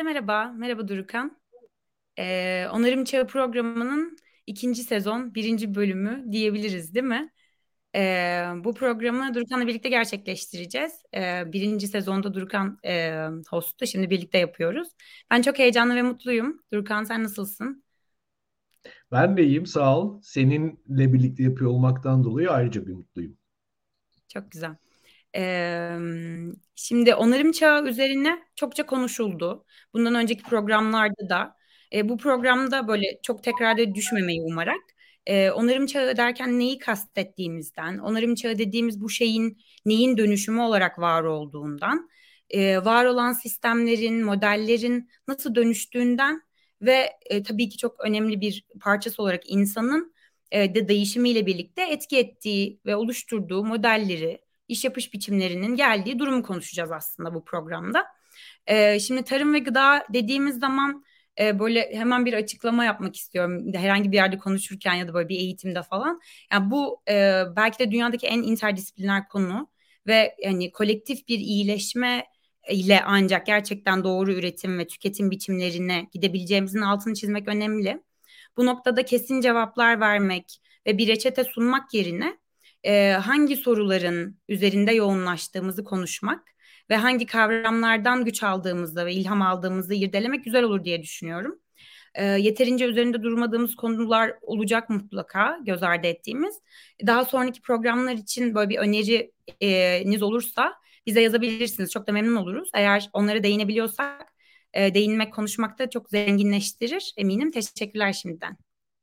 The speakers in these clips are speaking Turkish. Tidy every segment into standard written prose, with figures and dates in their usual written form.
Herkese merhaba. Merhaba Durukan. Onarım Çağı programının ikinci sezon birinci bölümü diyebiliriz, değil mi? Bu programı Durukan'la birlikte gerçekleştireceğiz. Birinci sezonda Durukan hosttu. Şimdi birlikte yapıyoruz. Ben çok heyecanlı ve mutluyum. Durukan, sen nasılsın? Ben de iyiyim, sağ ol. Seninle birlikte yapıyor olmaktan dolayı ayrıca bir mutluyum. Çok güzel. Ee, Şimdi onarım çağı üzerine çokça konuşuldu. Bundan önceki programlarda da. Bu programda böyle çok tekrarda düşmemeyi umarak onarım çağı derken neyi kastettiğimizden, onarım çağı dediğimiz bu şeyin neyin dönüşümü olarak var olduğundan, var olan sistemlerin, modellerin nasıl dönüştüğünden ve tabii ki çok önemli bir parçası olarak insanın de değişimiyle birlikte etki ettiği ve oluşturduğu modelleri, iş yapış biçimlerinin geldiği durumu konuşacağız aslında bu programda. Şimdi tarım ve gıda dediğimiz zaman böyle hemen bir açıklama yapmak istiyorum. Herhangi bir yerde konuşurken ya da böyle bir eğitimde falan. Yani bu belki de dünyadaki en interdisipliner konu ve yani kolektif bir iyileşme ile ancak gerçekten doğru üretim ve tüketim biçimlerine gidebileceğimizin altını çizmek önemli. Bu noktada kesin cevaplar vermek ve bir reçete sunmak yerine hangi soruların üzerinde yoğunlaştığımızı konuşmak ve hangi kavramlardan güç aldığımızda ve ilham aldığımızı irdelemek güzel olur diye düşünüyorum. Yeterince üzerinde durmadığımız konular olacak mutlaka göz ardı ettiğimiz. Daha sonraki programlar için böyle bir öneriniz olursa bize yazabilirsiniz. Çok da memnun oluruz. Eğer onlara değinebiliyorsak değinmek, konuşmak da çok zenginleştirir eminim. Teşekkürler şimdiden.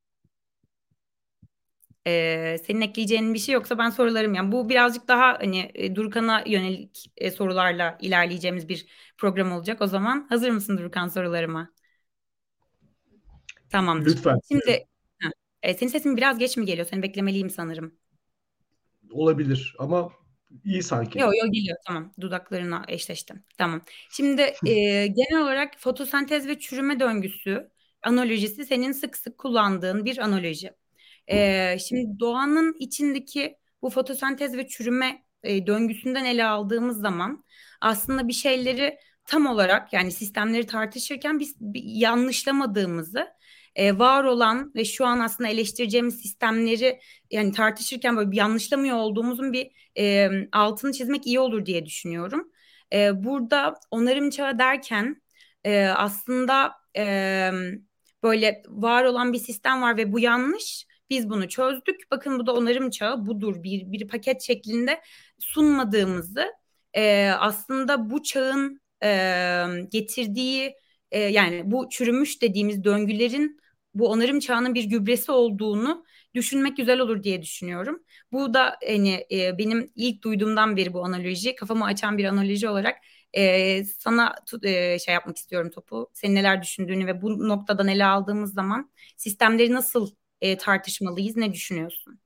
Senin ekleyeceğin bir şey yoksa ben sorularım yani bu birazcık daha hani Durkan'a yönelik sorularla ilerleyeceğimiz bir program olacak. O zaman hazır mısın Durkan sorularıma? Tamamdır. Lütfen. Şimdi senin sesin biraz geç mi geliyor? Seni beklemeliyim sanırım. Olabilir ama iyi sanki. Yok yok geliyor, tamam, dudaklarına eşleştim. Tamam. Şimdi genel olarak fotosentez ve çürüme döngüsü analojisi senin sık sık kullandığın bir analoji. Şimdi doğanın içindeki bu fotosentez ve çürüme döngüsünden ele aldığımız zaman aslında bir şeyleri tam olarak yani sistemleri tartışırken biz yanlışlamadığımızı, var olan ve şu an aslında eleştireceğimiz sistemleri yani tartışırken böyle bir yanlışlamıyor olduğumuzun bir altını çizmek iyi olur diye düşünüyorum. Burada onarım çağı derken aslında böyle var olan bir sistem var ve bu yanlış. Biz bunu çözdük. Bakın bu da onarım çağı budur. Bir paket şeklinde sunmadığımızı, aslında bu çağın getirdiği yani bu çürümüş dediğimiz döngülerin bu onarım çağının bir gübresi olduğunu düşünmek güzel olur diye düşünüyorum. Bu da hani benim ilk duyduğumdan beri bu analoji kafamı açan bir analoji olarak sana şey yapmak istiyorum topu. Senin neler düşündüğünü ve bu noktadan ele aldığımız zaman sistemleri nasıl tartışmalıyız, ne düşünüyorsun?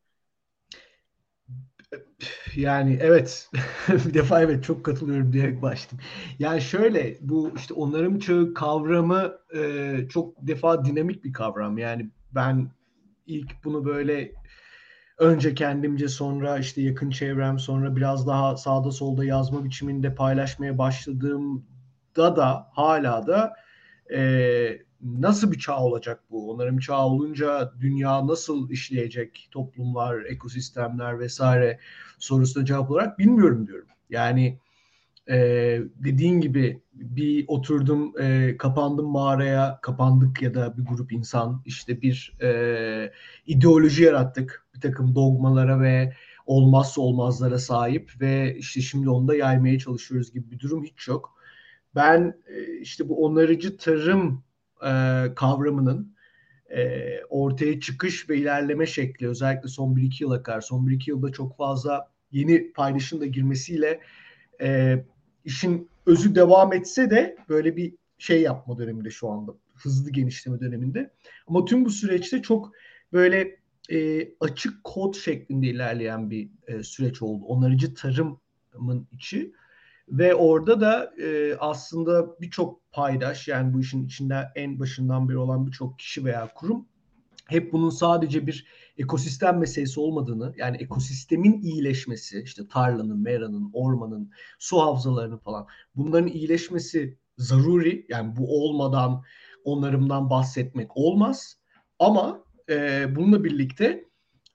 Yani evet, bir defa evet çok katılıyorum diyerek başladım. Yani şöyle bu işte onarım çağı kavramı çok defa dinamik bir kavram. Yani ben ilk bunu böyle önce kendimce sonra işte yakın çevrem sonra biraz daha sağda solda yazma biçiminde paylaşmaya başladığımda da hala da nasıl bir çağ olacak bu? Onarım çağı olunca dünya nasıl işleyecek? Toplumlar, ekosistemler vesaire sorusuna cevap olarak bilmiyorum diyorum. Yani dediğin gibi bir oturdum, kapandım mağaraya, kapandık ya da bir grup insan işte bir ideoloji yarattık. Bir takım dogmalara ve olmazsa olmazlara sahip ve işte şimdi onu da yaymaya çalışıyoruz gibi bir durum hiç yok. Ben işte bu onarıcı tarım kavramının ortaya çıkış ve ilerleme şekli özellikle son bir iki yıla kadar son bir iki yılda çok fazla yeni paylaşım da girmesiyle e, işin özü devam etse de böyle bir şey yapma döneminde şu anda hızlı genişleme döneminde. Ama tüm bu süreçte çok böyle açık kod şeklinde ilerleyen bir süreç oldu. Onarıcı tarımın içi. Ve orada da aslında birçok paydaş yani bu işin içinde en başından beri olan birçok kişi veya kurum hep bunun sadece bir ekosistem meselesi olmadığını yani ekosistemin iyileşmesi işte tarlanın, meranın, ormanın, su havzalarının falan bunların iyileşmesi zaruri. Yani bu olmadan onarımdan bahsetmek olmaz. Ama bununla birlikte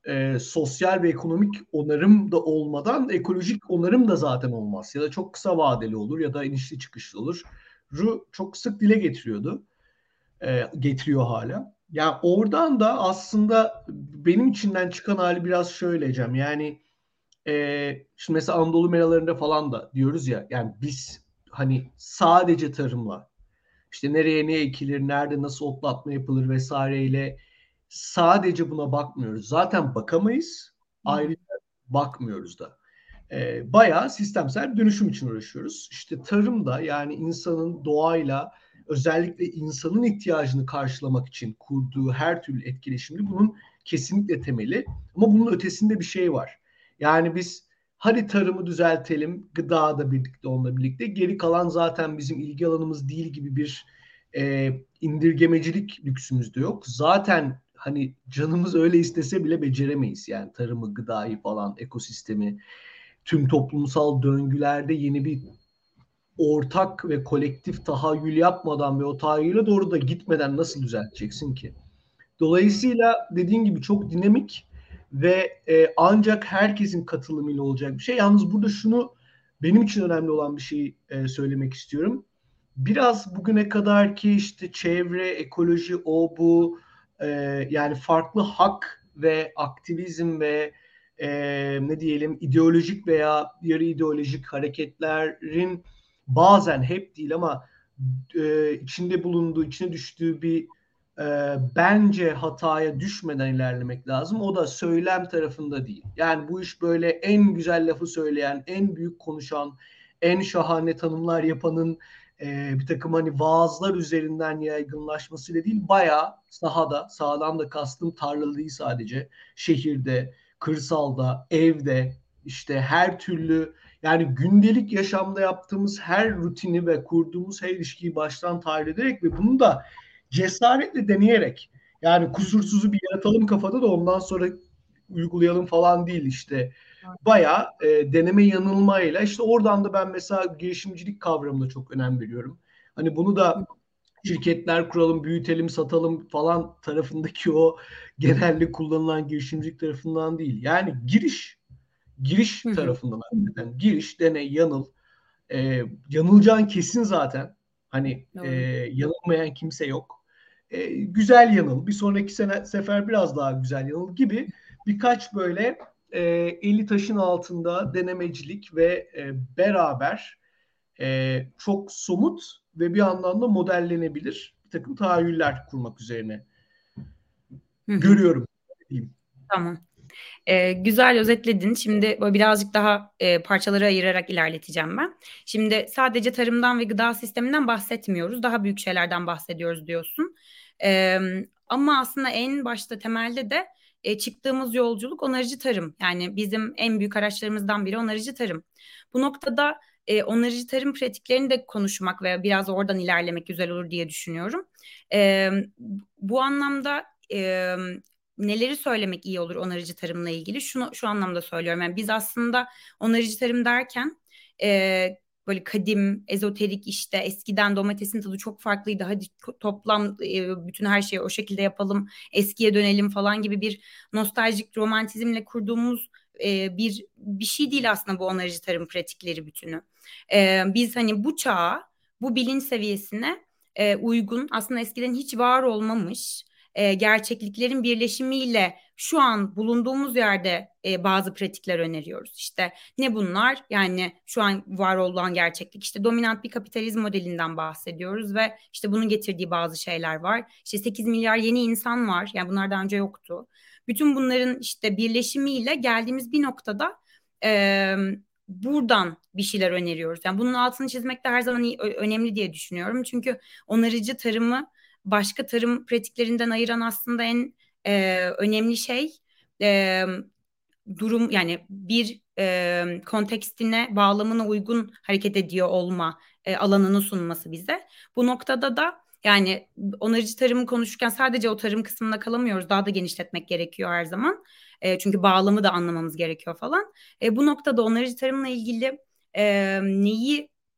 sosyal ve ekonomik onarım da olmadan ekolojik onarım da zaten olmaz. Ya da çok kısa vadeli olur ya da inişli çıkışlı olur. Çok sık dile getiriyordu. Getiriyor hala. Yani oradan da aslında benim içinden çıkan hali biraz şöyle Cem. Yani şimdi mesela Anadolu meralarında falan da diyoruz ya, yani biz hani sadece tarımla, işte nereye ne ekilir, nerede nasıl otlatma yapılır vesaireyle sadece buna bakmıyoruz. Zaten bakamayız. Hı hı. Ayrıca bakmıyoruz da. Bayağı sistemsel bir dönüşüm için uğraşıyoruz. İşte tarımda, yani insanın doğayla, özellikle insanın ihtiyacını karşılamak için kurduğu her türlü etkileşimde bunun kesinlikle temeli. Ama bunun ötesinde bir şey var. Yani biz hadi tarımı düzeltelim, gıda da birlikte onunla birlikte. Geri kalan zaten bizim ilgi alanımız değil gibi bir indirgemecilik lüksümüz de yok. Zaten hani canımız öyle istese bile beceremeyiz. Yani tarımı, gıdayı falan, ekosistemi, tüm toplumsal döngülerde yeni bir ortak ve kolektif tahayyül yapmadan ve o tahayyüle doğru da gitmeden nasıl düzelteceksin ki? Hı Dolayısıyla dediğin gibi çok dinamik ve ancak herkesin katılımıyla olacak bir şey. Yalnız burada şunu, benim için önemli olan bir şeyi söylemek istiyorum. Biraz bugüne kadar ki işte çevre, ekoloji, o bu, e, yani farklı hak ve aktivizm ve ne diyelim ideolojik veya yarı ideolojik hareketlerin bazen, hep değil ama içinde bulunduğu, içine düştüğü bir bence hataya düşmeden ilerlemek lazım. O da söylem tarafında değil. Yani bu iş böyle en güzel lafı söyleyen, en büyük konuşan, en şahane tanımlar yapanın bir takım hani vaazlar üzerinden yaygınlaşmasıyla değil, bayağı sahada, sahadan da kastım tarla değil sadece, şehirde, kırsalda, evde, işte her türlü, yani gündelik yaşamda yaptığımız her rutini ve kurduğumuz her ilişkiyi baştan tahlil ederek ve bunu da cesaretle deneyerek, yani hı. kusursuzu bir yaratalım kafada da ondan sonra uygulayalım falan değil işte. Hı Bayağı deneme yanılmayla, işte oradan da ben mesela girişimcilik kavramına çok önem veriyorum. Hani bunu hı. da şirketler kuralım, büyütelim, satalım falan tarafındaki o genelde kullanılan girişimcilik tarafından değil. Yani giriş Hı hı. tarafından hakikaten. Giriş, deney, yanıl. Yanılacağın kesin zaten. Hani Doğru. yanılmayan kimse yok. Güzel yanıl. Bir sonraki sefer biraz daha güzel yanıl gibi birkaç böyle 50 taşın altında denemecilik ve beraber çok somut ve bir yandan da modellenebilir bir takım tahayyüller kurmak üzerine Hı hı. görüyorum diyeyim. Tamam. Güzel özetledin. Şimdi böyle birazcık daha parçalara ayırarak ilerleteceğim ben. Şimdi sadece tarımdan ve gıda sisteminden bahsetmiyoruz. Daha büyük şeylerden bahsediyoruz diyorsun. Ee, Ama aslında en başta temelde de çıktığımız yolculuk onarıcı tarım. Yani bizim en büyük araçlarımızdan biri onarıcı tarım. Bu noktada onarıcı tarım pratiklerini de konuşmak ve biraz oradan ilerlemek güzel olur diye düşünüyorum. Ee, Bu anlamda neleri söylemek iyi olur onarıcı tarımla ilgili? Şu anlamda söylüyorum. Yani biz aslında onarıcı tarım derken böyle kadim, ezoterik işte eskiden domatesin tadı çok farklıydı. Hadi toplam bütün her şeyi o şekilde yapalım, eskiye dönelim falan gibi bir nostaljik romantizmle kurduğumuz bir şey değil aslında bu onarıcı tarım pratikleri bütünü. Biz hani bu çağa, bu bilinç seviyesine uygun aslında eskiden hiç var olmamış gerçekliklerin birleşimiyle şu an bulunduğumuz yerde bazı pratikler öneriyoruz. İşte ne bunlar? Yani şu an var olan gerçeklik. İşte dominant bir kapitalizm modelinden bahsediyoruz ve işte bunun getirdiği bazı şeyler var. İşte 8 milyar yeni insan var. Yani bunlar daha önce yoktu. Bütün bunların işte birleşimiyle geldiğimiz bir noktada e, buradan bir şeyler öneriyoruz. Yani bunun altını çizmek de her zaman önemli diye düşünüyorum. Çünkü onarıcı tarımı başka tarım pratiklerinden ayıran aslında en önemli şey e, durum yani bir kontekstine bağlamına uygun hareket ediyor olma alanını sunması bize. Bu noktada da yani onarıcı tarımı konuşurken sadece o tarım kısmına kalamıyoruz. Daha da genişletmek gerekiyor her zaman. Çünkü bağlamı da anlamamız gerekiyor falan. Bu noktada onarıcı tarımla ilgili neyi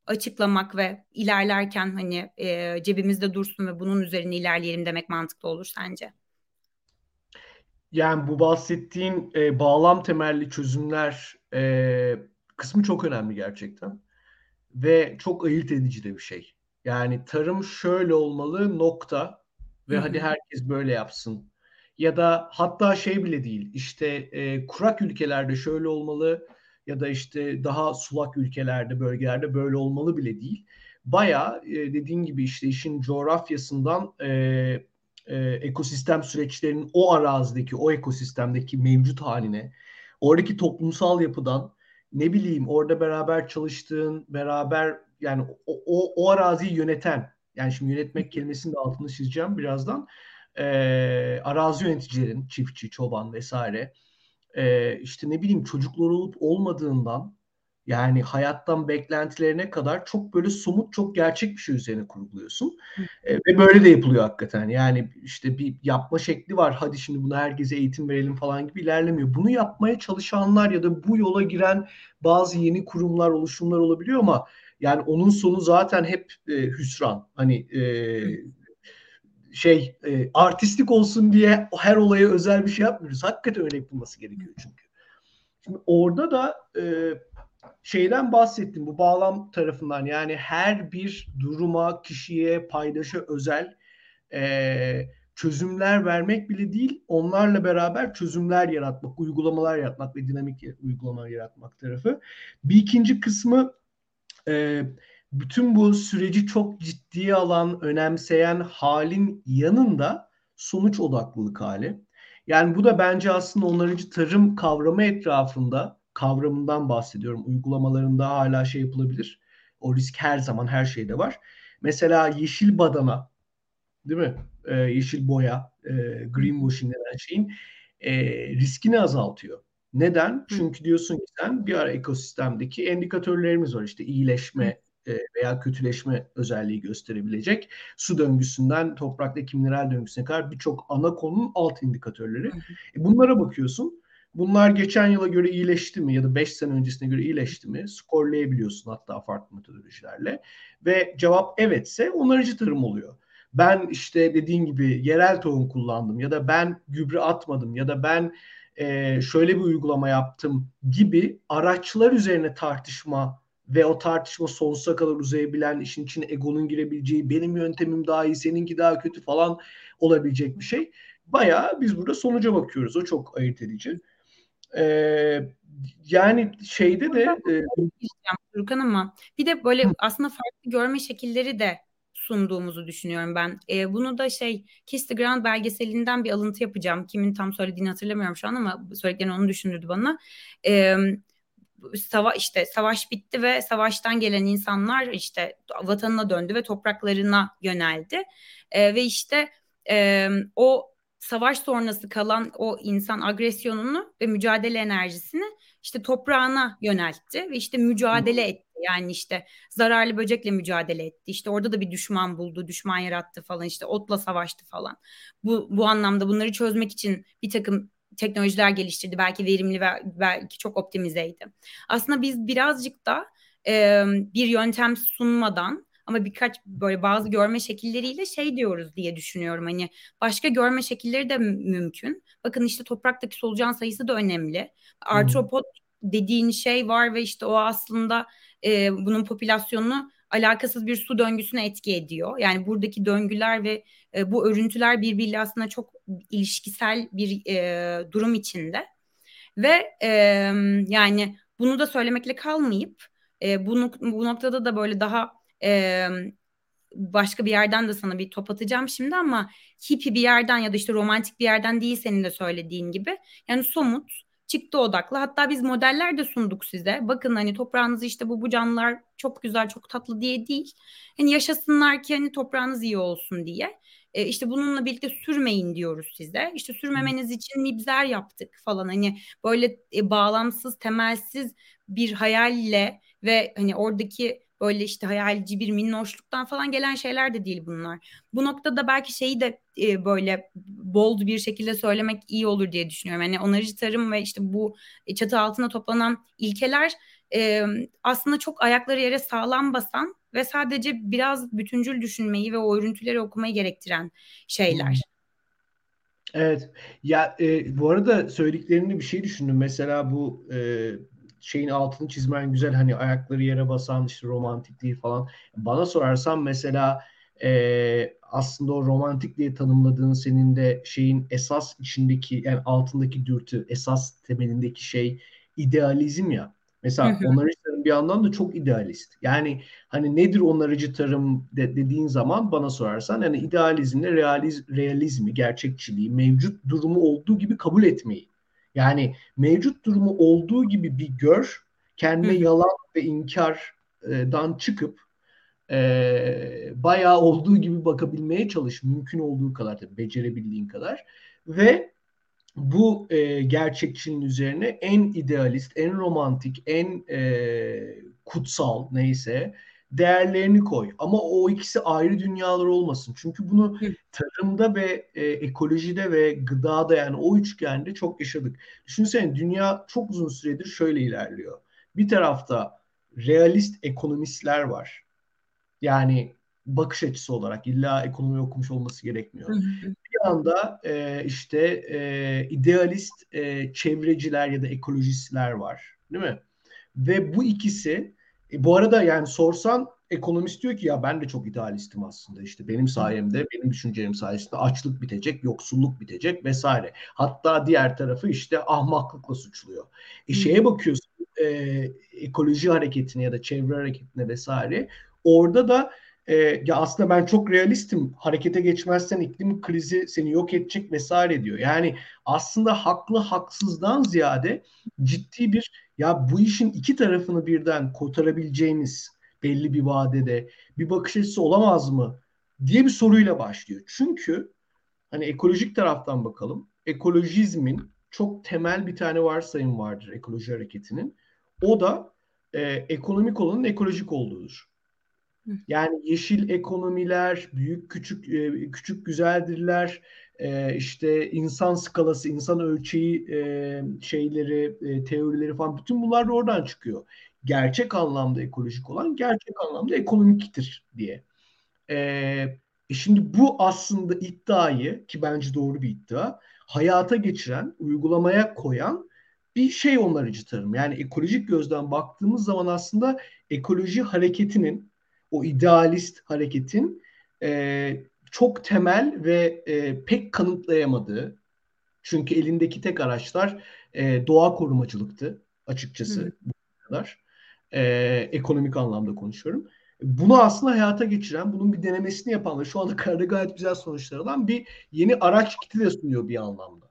açıklamak ve ilerlerken hani cebimizde dursun ve bunun üzerine ilerleyelim demek mantıklı olur sence? Yani bu bahsettiğin bağlam temelli çözümler kısmı çok önemli gerçekten. Ve çok ayırt edici de bir şey. Yani tarım şöyle olmalı nokta Hı ve hadi hı. herkes böyle yapsın. Ya da hatta şey bile değil işte kurak ülkelerde şöyle olmalı ya da işte daha sulak ülkelerde bölgelerde böyle olmalı bile değil. Bayağı dediğin gibi işte işin coğrafyasından ekosistem süreçlerinin o arazideki o ekosistemdeki mevcut haline oradaki toplumsal yapıdan ne bileyim orada beraber çalıştığın, beraber yani o araziyi yöneten, yani şimdi yönetmek kelimesinin de altını çizeceğim birazdan. Arazi yöneticilerin, çiftçi, çoban vesaire, işte ne bileyim çocukları olup olmadığından yani hayattan beklentilerine kadar çok böyle somut, çok gerçek bir şey üzerine kurguluyorsun. Ve böyle de yapılıyor hakikaten. Yani işte bir yapma şekli var. Hadi şimdi buna herkese eğitim verelim falan gibi ilerlemiyor. Bunu yapmaya çalışanlar ya da bu yola giren bazı yeni kurumlar, oluşumlar olabiliyor ama yani onun sonu zaten hep hüsran. Hani artistik olsun diye her olaya özel bir şey yapmıyoruz. Hakikaten öyle yapılması gerekiyor çünkü. Şimdi orada da şeyden bahsettim bu bağlam tarafından yani her bir duruma, kişiye, paydaşa özel çözümler vermek bile değil, onlarla beraber çözümler yaratmak, uygulamalar yaratmak ve dinamik uygulamalar yaratmak tarafı. Bir ikinci kısmı e, bütün bu süreci çok ciddiye alan, önemseyen halin yanında sonuç odaklılık hali. Yani bu da bence aslında onarıcı tarım kavramı etrafında, kavramından bahsediyorum. Uygulamalarında hala şey yapılabilir. O risk her zaman her şeyde var. Mesela yeşil badana, değil mi? Yeşil boya, greenwashing denen şeyin riskini azaltıyor. Neden? Çünkü diyorsun ki sen bir ara ekosistemdeki indikatörlerimiz var. İşte iyileşme veya kötüleşme özelliği gösterebilecek. Su döngüsünden topraktaki mineral döngüsüne kadar birçok ana konunun alt indikatörleri. Bunlara bakıyorsun. Bunlar geçen yıla göre iyileşti mi ya da 5 sene öncesine göre iyileşti mi? Skorlayabiliyorsun hatta farklı metodolojilerle. Ve cevap evetse onarıcı tarım oluyor. Ben işte dediğin gibi yerel tohum kullandım ya da ben gübre atmadım ya da ben şöyle bir uygulama yaptım gibi araçlar üzerine tartışma ve o tartışma sonsuza kadar uzayabilen, işin içine egonun girebileceği, benim yöntemim daha iyi, seninki daha kötü falan olabilecek bir şey. Bayağı biz burada sonuca bakıyoruz. O çok ayırt edici. Yani şeyde Burada de diyeceğim Furkan ama bir de böyle aslında farklı görme şekilleri de sunduğumuzu düşünüyorum ben. Bunu da Kiss the Ground belgeselinden bir alıntı yapacağım. Kimin tam söylediğini hatırlamıyorum şu an ama söylediklerini onu düşündürdü bana. E, işte savaş bitti ve savaştan gelen insanlar işte vatanına döndü ve topraklarına yöneldi. Ve işte o savaş sonrası kalan o insan agresyonunu ve mücadele enerjisini işte toprağına yöneltti ve işte mücadele etti. Yani işte zararlı böcekle mücadele etti. İşte orada da bir düşman buldu, düşman yarattı falan. İşte otla savaştı falan. Bu anlamda bunları çözmek için bir takım teknolojiler geliştirdi. Belki verimli ve belki çok optimizeydi. Aslında biz birazcık da bir yöntem sunmadan ama birkaç böyle bazı görme şekilleriyle diyoruz diye düşünüyorum. Hani başka görme şekilleri de mümkün. Bakın işte topraktaki solucan sayısı da önemli. Artropod dediğin şey var ve işte o aslında bunun popülasyonunu alakasız bir su döngüsüne etki ediyor. Yani buradaki döngüler ve bu örüntüler birbiriyle aslında çok ilişkisel bir durum içinde. Ve yani bunu da söylemekle kalmayıp bu noktada da böyle daha e, başka bir yerden de sana bir top atacağım şimdi ama hippie bir yerden ya da işte romantik bir yerden değil senin de söylediğin gibi. Yani somut, çıktı odaklı. Hatta biz modeller de sunduk size. Bakın hani toprağınız işte bu canlılar çok güzel, çok tatlı diye değil. Hani yaşasınlar ki hani toprağınız iyi olsun diye. İşte bununla birlikte sürmeyin diyoruz size. İşte sürmemeniz için mibzer yaptık falan. Hani böyle bağlamsız, temelsiz bir hayalle ve hani oradaki böyle işte hayalci bir minnoşluktan falan gelen şeyler de değil bunlar. Bu noktada belki de böyle bold bir şekilde söylemek iyi olur diye düşünüyorum. Yani onarıcı tarım ve işte bu çatı altında toplanan ilkeler aslında çok ayakları yere sağlam basan ve sadece biraz bütüncül düşünmeyi ve o örüntüleri okumayı gerektiren Hmm. şeyler. Evet. Ya bu arada söylediklerinde bir şey düşündüm. Mesela bu şeyin altını çizmen güzel. Hani ayakları yere basan işte romantik değil falan. Bana sorarsan mesela aslında o romantik diye tanımladığın senin de şeyin esas içindeki yani altındaki dürtü, esas temelindeki şey idealizm ya. Hı Mesela hı, onların bir yandan da çok idealist. Yani hani nedir onarıcı tarım dediğin zaman bana sorarsan hani idealizmle realizmi, gerçekçiliği, mevcut durumu olduğu gibi kabul etmeyi. Yani mevcut durumu olduğu gibi bir gör, hı kendine hı, yalan ve inkardan çıkıp bayağı olduğu gibi bakabilmeye çalış. Mümkün olduğu kadar tabii, becerebildiğin kadar. Ve bu gerçekçinin üzerine en idealist, en romantik, en kutsal neyse değerlerini koy. Ama o ikisi ayrı dünyalar olmasın. Çünkü bunu hı tarımda ve ekolojide ve gıdada yani o üçgende çok yaşadık. Düşünsene dünya çok uzun süredir şöyle ilerliyor. Bir tarafta realist ekonomistler var. Yani bakış açısı olarak illa ekonomi okumuş olması hı, gerekmiyor. hı Bir anda işte idealist çevreciler ya da ekolojistler var, değil mi? Ve bu ikisi bu arada yani sorsan ekonomist diyor ki ya ben de çok idealistim aslında işte benim hı, sayemde benim düşüncelerim sayesinde açlık bitecek, yoksulluk bitecek vesaire. Hatta diğer tarafı işte ahmaklıkla suçluyor. hı Şeye hı, bakıyorsun ekoloji hareketine ya da çevre hareketine vesaire orada da ya aslında ben çok realistim. Harekete geçmezsen iklim krizi seni yok edecek vesaire diyor. Yani aslında haklı haksızdan ziyade ciddi bir ya bu işin iki tarafını birden kurtarabileceğimiz belli bir vadede bir bakış açısı olamaz mı diye bir soruyla başlıyor. Çünkü hani ekolojik taraftan bakalım. Ekolojizmin çok temel bir tane varsayım vardır ekoloji hareketinin. O da ekonomik olanın ekolojik olduğudur. hı. Yani yeşil ekonomiler, büyük küçük küçük güzeldirler. İşte insan skalası, insan ölçeği şeyleri, teorileri falan bütün bunlar da oradan çıkıyor. Gerçek anlamda ekolojik olan gerçek anlamda ekonomiktir diye. Şimdi bu aslında iddiayı ki bence doğru bir iddia hayata geçiren, uygulamaya koyan bir şey onarıcı tarım. Yani ekolojik gözden baktığımız zaman aslında ekoloji hareketinin o idealist hareketin çok temel ve pek kanıtlayamadığı çünkü elindeki tek araçlar doğa korumacılıktı Hı hı. açıkçası bu kadar. Ekonomik anlamda konuşuyorum. Bunu aslında hayata geçiren, bunun bir denemesini yapan ve şu anda kararda gayet güzel sonuçlar alan bir yeni araç kiti de sunuyor bir anlamda.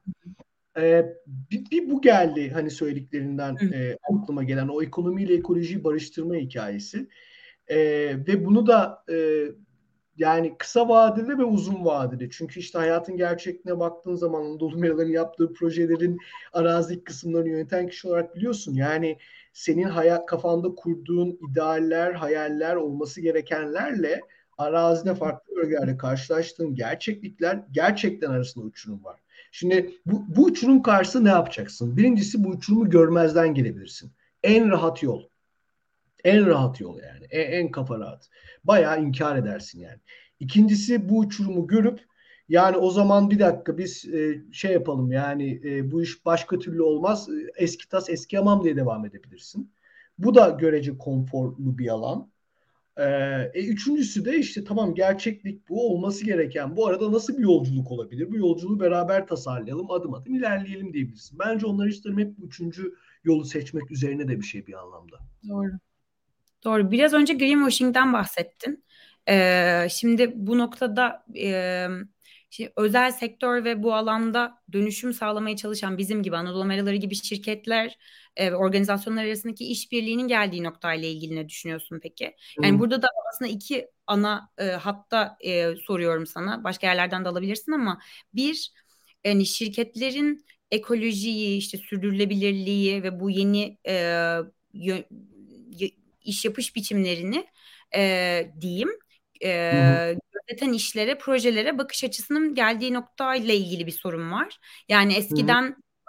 Bir bu geldi hani söylediklerinden aklıma gelen o ekonomiyle ekolojiyi barıştırma hikayesi. Ve bunu da yani kısa vadede ve uzun vadede. Çünkü işte hayatın gerçekliğine baktığın zaman Anadolu Meralar'ın yaptığı projelerin arazi kısımlarını yöneten kişi olarak biliyorsun. Yani senin hayat kafanda kurduğun idealler, hayaller olması gerekenlerle arazide farklı bölgelerde karşılaştığın gerçeklikler gerçekten arasında uçurum var. Şimdi bu uçurum karşısında ne yapacaksın? Birincisi bu uçurumu görmezden gelebilirsin. En rahat yol. En rahat yol yani. En kafa rahat. Bayağı inkar edersin yani. İkincisi bu uçurumu görüp yani o zaman bir dakika biz şey yapalım yani bu iş başka türlü olmaz. Eski tas eski hamam diye devam edebilirsin. Bu da görece konforlu bir alan. Üçüncüsü de işte tamam gerçeklik bu olması gereken. Bu arada nasıl bir yolculuk olabilir? Bu yolculuğu beraber tasarlayalım, adım adım ilerleyelim diyebilirsin. Bence onlar işte hep bu üçüncü yolu seçmek üzerine de bir şey bir anlamda. Doğru. Doğru. Biraz önce greenwashing'den bahsettin. Şimdi bu noktada şimdi özel sektör ve bu alanda dönüşüm sağlamaya çalışan bizim gibi Anadolu Meraları gibi şirketler ve organizasyonlar arasındaki işbirliğinin geldiği noktayla ilgili ne düşünüyorsun peki? Yani Hı. burada da aslında iki ana hatta soruyorum sana. Başka yerlerden de alabilirsin ama bir yani şirketlerin ekolojiyi işte sürdürülebilirliği ve bu yeni yö- iş yapış biçimlerini diyeyim Hı hı. gözeten işlere, projelere bakış açısının geldiği noktayla ilgili bir sorun var. Yani Hı hı. eskiden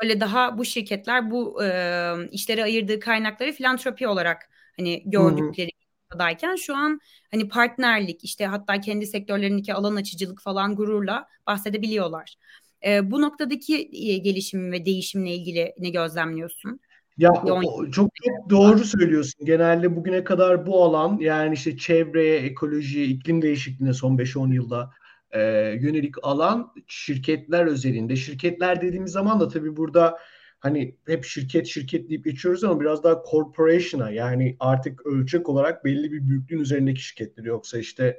Öyle daha bu şirketler bu işlere ayırdığı kaynakları filantropi olarak hani Hı hı. gördükleri noktadayken şu an hani partnerlik işte hatta kendi sektörlerindeki alan açıcılık falan gururla bahsedebiliyorlar. Bu noktadaki gelişim ve değişimle ilgili ne gözlemliyorsun? Ya Bir 10 çok çok doğru söylüyorsun. Genelde bugüne kadar bu alan, yani işte çevreye, ekolojiye, iklim değişikliğine son 5-10 yılda yönelik alan şirketler özelinde. Şirketler dediğimiz zaman da tabii burada hani hep şirket şirket deyip geçiyoruz ama biraz daha corporation'a, yani artık ölçek olarak belli bir büyüklüğün üzerindeki şirketler, yoksa işte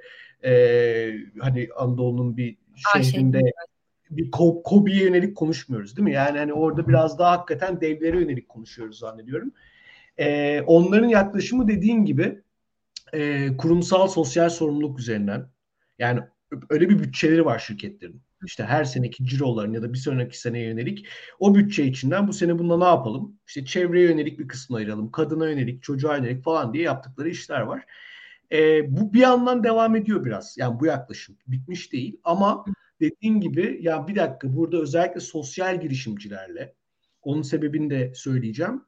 hani Anadolu'nun bir şey. şehrinde bir KOBİ'ye yönelik konuşmuyoruz değil mi? Yani hani orada biraz daha hakikaten devlere yönelik konuşuyoruz zannediyorum. Onların yaklaşımı dediğin gibi kurumsal sosyal sorumluluk üzerinden. Yani öyle bir bütçeleri var şirketlerin. İşte her seneki ciroların ya da bir sonraki seneye yönelik o bütçe içinden bu sene bunda ne yapalım? İşte çevreye yönelik bir kısmını ayıralım, kadına yönelik, çocuğa yönelik falan diye yaptıkları işler var. Bu bir yandan devam ediyor biraz. Yani bu yaklaşım bitmiş değil ama dediğin gibi ya bir dakika, burada özellikle sosyal girişimcilerle, onun sebebini de söyleyeceğim.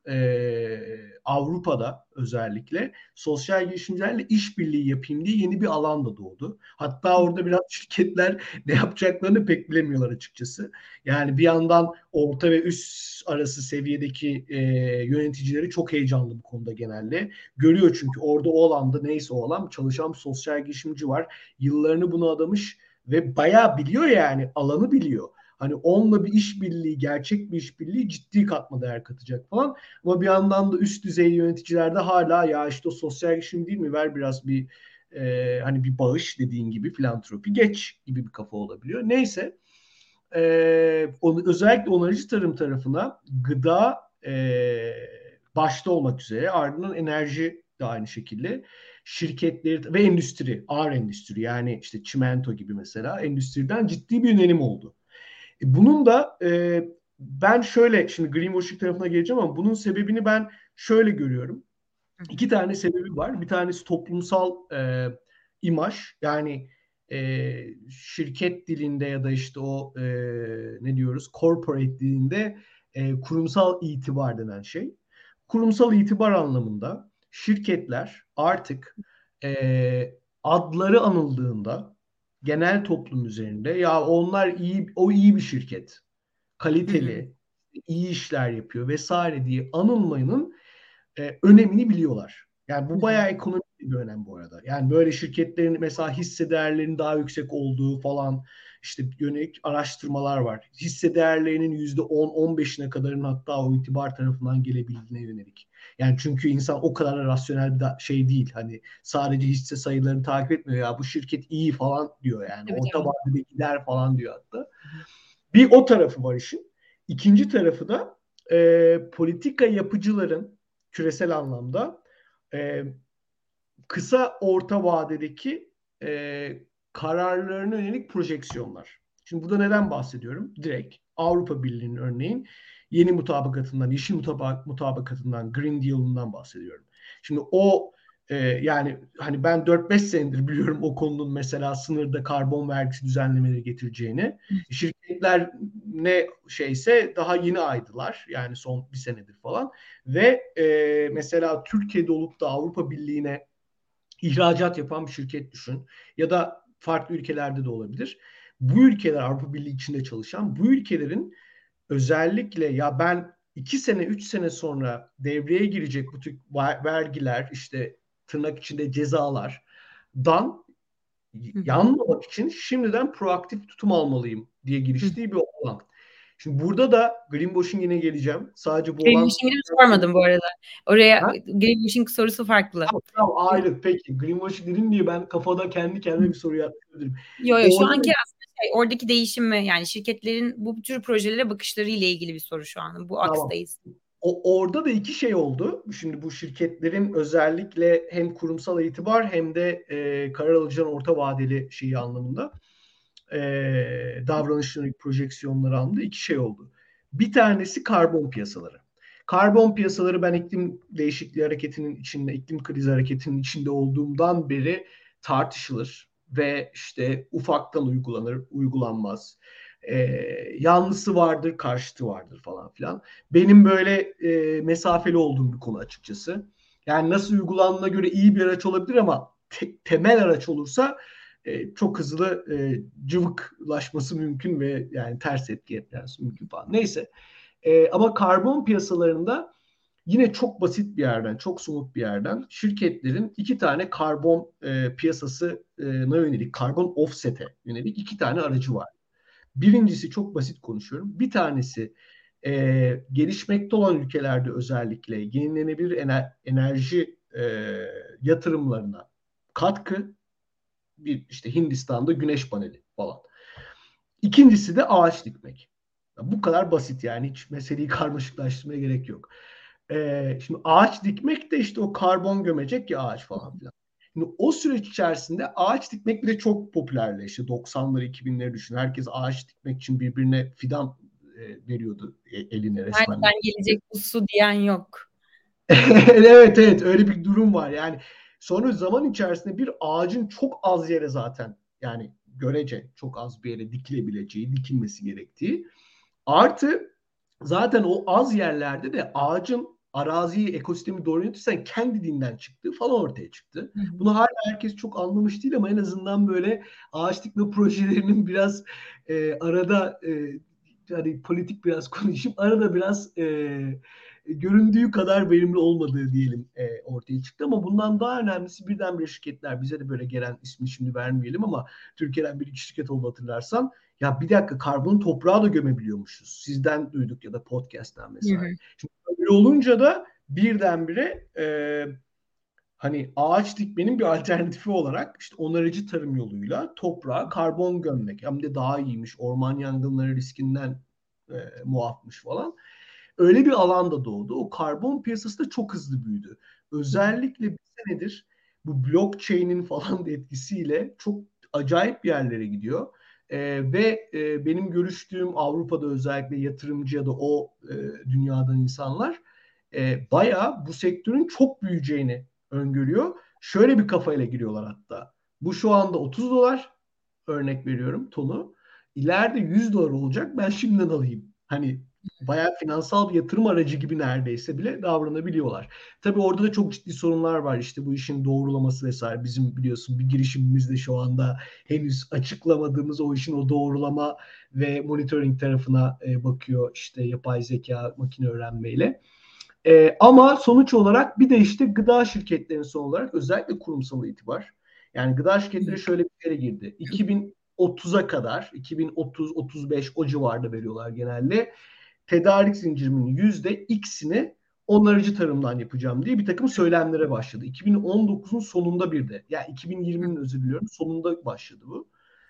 Avrupa'da özellikle sosyal girişimcilerle işbirliği yapayım diye yeni bir alan da doğdu. Hatta orada biraz şirketler ne yapacaklarını pek bilemiyorlar açıkçası. Yani bir yandan orta ve üst arası seviyedeki yöneticileri çok heyecanlı bu konuda genelde. Görüyor çünkü orada o alanda neyse o alan çalışan bir sosyal girişimci var. Yıllarını buna adamış ve bayağı biliyor, yani alanı biliyor. Hani onunla bir işbirliği, gerçek bir işbirliği ciddi katma değer katacak falan. Ama bir yandan da üst düzey yöneticilerde hala ya işte o sosyal girişim değil mi, ver biraz bir hani bir bağış, dediğin gibi filantropi geç gibi bir kafa olabiliyor. Neyse, özellikle onarıcı tarım tarafına gıda başta olmak üzere, ardından enerji de aynı şekilde şirketleri ve endüstri, ağır endüstri, yani işte çimento gibi mesela endüstriden ciddi bir yönelim oldu. Bunun da ben şöyle, şimdi greenwashing tarafına geleceğim ama bunun sebebini ben şöyle görüyorum. İki tane sebebi var. Bir tanesi toplumsal imaj. Yani şirket dilinde ya da işte o ne diyoruz, corporate dilinde kurumsal itibar denen şey. Kurumsal itibar anlamında şirketler artık adları anıldığında genel toplum üzerinde ya onlar iyi, o iyi bir şirket, kaliteli, iyi işler yapıyor vesaire diye anılmanın önemini biliyorlar. Yani bu bayağı ekonomik bir önem bu arada. Yani böyle şirketlerin mesela hisse değerlerinin daha yüksek olduğu falan, işte yönelik araştırmalar var. Hisse değerlerinin %10-15'ine kadarının hatta o itibar tarafından gelebildiğine yönelik. Yani çünkü insan o kadar rasyonel bir şey değil. Hani sadece hisse sayılarını takip etmiyor, ya bu şirket iyi falan diyor yani. Tabii Orta tabii. vadede gider falan diyor hatta. Bir o tarafı var işin. İkinci tarafı da politika yapıcıların küresel anlamda e, kısa orta vadedeki kararlarına yönelik projeksiyonlar. Şimdi burada neden bahsediyorum? Direkt Avrupa Birliği'nin örneğin yeni mutabakatından, yeşil mutabakatından, Green Deal'ından bahsediyorum. Şimdi o yani hani ben 4-5 senedir biliyorum o konunun mesela sınırda karbon vergisi düzenlemeleri getireceğini. Şirketler ne şeyse daha yeni aydılar. Yani son bir senedir falan. Ve mesela Türkiye'de olup da Avrupa Birliği'ne ihracat yapan bir şirket düşün. Ya da farklı ülkelerde de olabilir. Bu ülkeler, Avrupa Birliği içinde çalışan bu ülkelerin özellikle ya ben 2 sene 3 sene sonra devreye girecek bu tür vergiler, işte tırnak içinde cezalardan yanmamak için şimdiden proaktif tutum almalıyım diye giriştiği bir alan. Şimdi burada da greenwashing'ine geleceğim. Sadece bu olan Greenwashing'i sormadım bu arada. Oraya ha? greenwashing sorusu farklı. Tamam, tamam, ayrı. Peki. Greenwashing dedin diye ben kafada kendi kendime bir soru yaptım. Yo yo şu Orada da anki aslında oradaki değişim mi yani şirketlerin bu tür projelere bakışları ile ilgili bir soru şu an. Bu tamam. akstayız. Orada da iki şey oldu. Şimdi bu şirketlerin özellikle hem kurumsal itibar hem de karar alacağın orta vadeli şeyi anlamında davranışları, projeksiyonları anlamında iki şey oldu. Bir tanesi karbon piyasaları. Karbon piyasaları ben iklim değişikliği hareketinin içinde, iklim krizi hareketinin içinde olduğumdan beri tartışılır ve işte ufaktan uygulanır, uygulanmaz. E, yanlısı vardır, karşıtı vardır falan filan. Benim böyle mesafeli olduğum bir konu açıkçası. Yani nasıl uygulandığına göre iyi bir araç olabilir ama temel araç olursa çok hızlı cıvıklaşması mümkün ve yani ters etki etmesi mümkün falan. Neyse. Ama karbon piyasalarında yine çok basit bir yerden, çok somut bir yerden şirketlerin iki tane karbon piyasasına yönelik, karbon offset'e yönelik iki tane aracı var. Birincisi çok basit konuşuyorum. Bir tanesi gelişmekte olan ülkelerde özellikle yenilenebilir enerji yatırımlarına katkı. Bir işte Hindistan'da güneş paneli falan. İkincisi de ağaç dikmek. Bu kadar basit yani hiç meseleyi karmaşıklaştırmaya gerek yok. Şimdi ağaç dikmek de işte o karbon gömecek ya ağaç falan filan. Şimdi o süreç içerisinde ağaç dikmek bile çok popülerleşti. 90'ları 2000'leri düşün. Herkes ağaç dikmek için birbirine fidan veriyordu eline resmen. Nereden gelecek bu su diyen yok. Evet evet öyle bir durum var. Yani sonra zaman içerisinde bir ağacın çok az yere zaten yani görece çok az bir yere dikilebileceği, dikilmesi gerektiği. Artı zaten o az yerlerde de ağacın araziyi, ekosistemi doğru yönetirsen kendiliğinden çıktığı falan ortaya çıktı. Hı hı. Bunu hala herkes çok anlamış değil ama en azından böyle ağaç dikme projelerinin biraz arada hani politik biraz konuşup arada biraz göründüğü kadar verimli olmadığı diyelim ortaya çıktı. Ama bundan daha önemlisi birdenbire şirketler bize de böyle gelen ismi şimdi vermeyelim ama Türkiye'den bir iki şirket oldu hatırlarsan ya bir dakika karbonu toprağa da gömebiliyormuşuz. Sizden duyduk ya da podcast'ten Hı hı. vesaire. Şimdi öyle olunca da birdenbire hani ağaç dikmenin bir alternatifi olarak işte onarıcı tarım yoluyla toprağa karbon gömmek hem de daha iyiymiş. Orman yangınları riskinden muafmış falan. Öyle bir alan da doğdu. O karbon piyasası da çok hızlı büyüdü. Hı hı. Özellikle bir senedir bu blockchain'in falan da etkisiyle çok acayip bir yerlere gidiyor. Ve benim görüştüğüm Avrupa'da özellikle yatırımcı ya da o dünyadan insanlar bayağı bu sektörün çok büyüyeceğini öngörüyor. Şöyle bir kafayla giriyorlar hatta. Bu şu anda 30 dolar örnek veriyorum tonu. İleride 100 dolar olacak ben şimdiden alayım. Hani bayağı finansal bir yatırım aracı gibi neredeyse bile davranabiliyorlar. Tabii orada da çok ciddi sorunlar var. İşte bu işin doğrulaması vesaire. Bizim biliyorsun bir girişimimiz de şu anda henüz açıklamadığımız o işin o doğrulama ve monitoring tarafına bakıyor. İşte yapay zeka, makine öğrenmeyle. Ama sonuç olarak bir de işte gıda şirketlerinin son olarak özellikle kurumsal itibar. Yani gıda şirketleri şöyle bir yere girdi. 2030'a kadar, 2030-35 o civarda veriyorlar genelde. Tedarik zincirimin %X'ini onarıcı tarımdan yapacağım diye bir takım söylemlere başladı. 2019'un sonunda bir de, yani 2020'nin özür diliyorum, sonunda başladı bu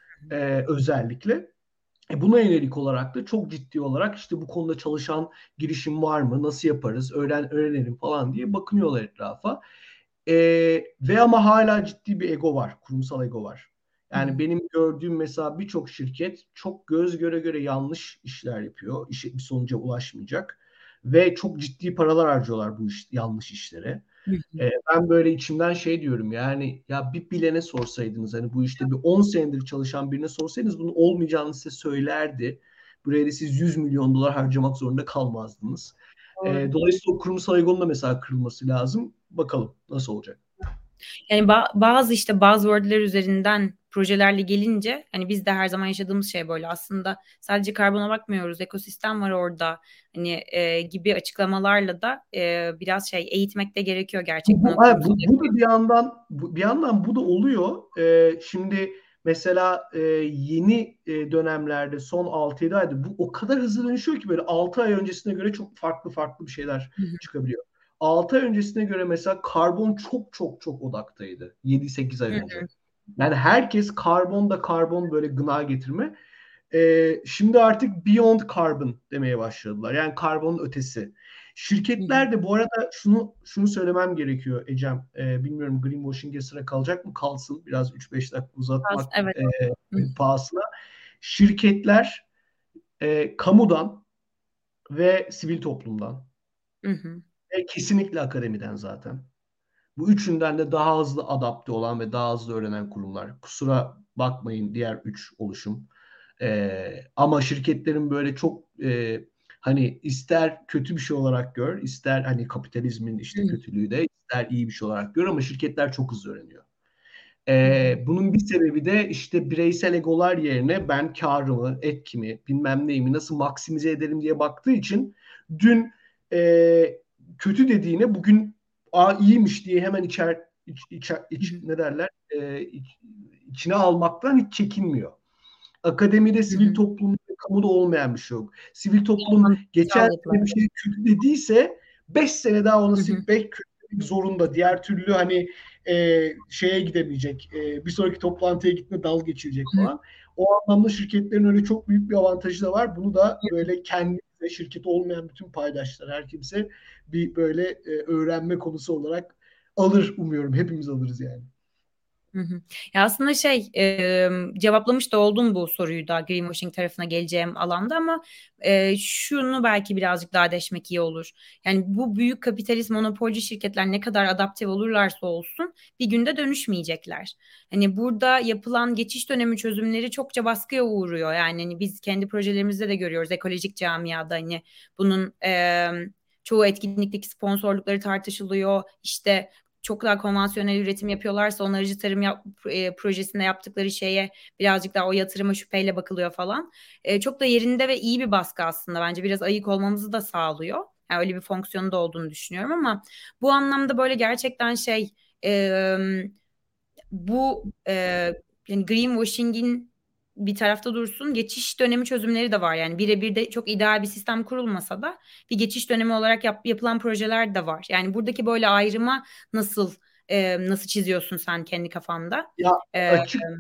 özellikle. Buna yönelik olarak da çok ciddi olarak işte bu konuda çalışan girişim var mı, nasıl yaparız, öğrenelim falan diye bakınıyorlar etrafa. E, ve ama hala ciddi bir ego var, kurumsal ego var. Hı hı. Yani benim gördüğüm mesela birçok şirket çok göz göre göre yanlış işler yapıyor, bir sonuca ulaşmayacak ve çok ciddi paralar harcıyorlar bu yanlış işlere. Hı hı. Ben böyle içimden şey diyorum yani ya bir bilene sorsaydınız hani bu işte bir 10 senedir çalışan birine sorsaydınız bunun olmayacağını size söylerdi. Buraya da siz 100 milyon dolar harcamak zorunda kalmazdınız. Doğru. Dolayısıyla o kurumsal egonun da mesela kırılması lazım. Bakalım nasıl olacak. Yani bazı işte buzzword'ler üzerinden projelerle gelince hani biz de her zaman yaşadığımız şey böyle aslında sadece karbona bakmıyoruz, ekosistem var orada hani gibi açıklamalarla da biraz şey eğitmek de gerekiyor gerçekten o kurumsal. Bu da bir yandan bu da oluyor. Şimdi mesela yeni dönemlerde son 6-7 ayda bu o kadar hızlı dönüşüyor ki böyle 6 ay öncesine göre çok farklı bir şeyler Hı hı. çıkabiliyor. 6 ay öncesine göre mesela karbon çok odaktaydı 7-8 ay Hı önce. Yani herkes karbon böyle gına getirme. Şimdi artık beyond carbon demeye başladılar. Yani karbonun ötesi. hı. Hı. Şirketler de bu arada şunu söylemem gerekiyor Ecem. Bilmiyorum greenwashing'e sıra kalacak mı? Kalsın. Biraz 3-5 dakika uzatmak Evet. Hı pahasına. Şirketler kamudan ve sivil toplumdan hı. ve kesinlikle akademiden zaten. Bu üçünden de daha hızlı adapte olan ve daha hızlı öğrenen kurumlar. Kusura bakmayın diğer üç oluşum. Ama şirketlerin böyle çok hani ister kötü bir şey olarak gör, ister hani kapitalizmin işte kötülüğü de ister iyi bir şey olarak gör ama şirketler çok hızlı öğreniyor. Hı hı. Bunun bir sebebi de işte bireysel egolar yerine ben karımı, etkimi, bilmem neyimi nasıl maksimize ederim diye baktığı için dün kötü dediğine bugün iyiymiş diye hemen Hı hı. ne derler içine almaktan hiç çekinmiyor. Akademide, Hı sivil hı. toplumda, kamuda olmayan bir şey yok. Sivil toplum geçen Sağlıklı. sene bir şey kötü dediyse 5 sene daha onu Hı hı. kötü demek zorunda. Diğer türlü hani şeye gidemeyecek. Bir sonraki toplantıya gitme dal geçirecek Hı falan. O anlamda şirketlerin öyle çok büyük bir avantajı da var. Bunu da böyle kendimize, şirket olmayan bütün paydaşlar, her kimse bir böyle öğrenme konusu olarak alır umuyorum. Hepimiz alırız yani. Hı hı. Ya aslında cevaplamış da oldum bu soruyu da greenwashing tarafına geleceğim alanda ama şunu belki birazcık daha deşmek iyi olur. Yani bu büyük kapitalist monopolcu şirketler ne kadar adaptif olurlarsa olsun bir günde dönüşmeyecekler. Hani burada yapılan geçiş dönemi çözümleri çokça baskıya uğruyor. Yani hani biz kendi projelerimizde de görüyoruz ekolojik camiada hani bunun çoğu etkinlikteki sponsorlukları tartışılıyor. İşte çok daha konvansiyonel üretim yapıyorlarsa onarıcı tarım projesinde yaptıkları şeye birazcık daha o yatırıma şüpheyle bakılıyor falan. Çok da yerinde ve iyi bir baskı aslında. Bence biraz ayık olmamızı da sağlıyor. Yani öyle bir fonksiyonu da olduğunu düşünüyorum ama bu anlamda böyle gerçekten e, bu yani greenwashing'in bir tarafta dursun geçiş dönemi çözümleri de var. Yani birebir de çok ideal bir sistem kurulmasa da bir geçiş dönemi olarak yapılan projeler de var. Yani buradaki böyle ayrıma nasıl çiziyorsun sen kendi kafanda? Ya E,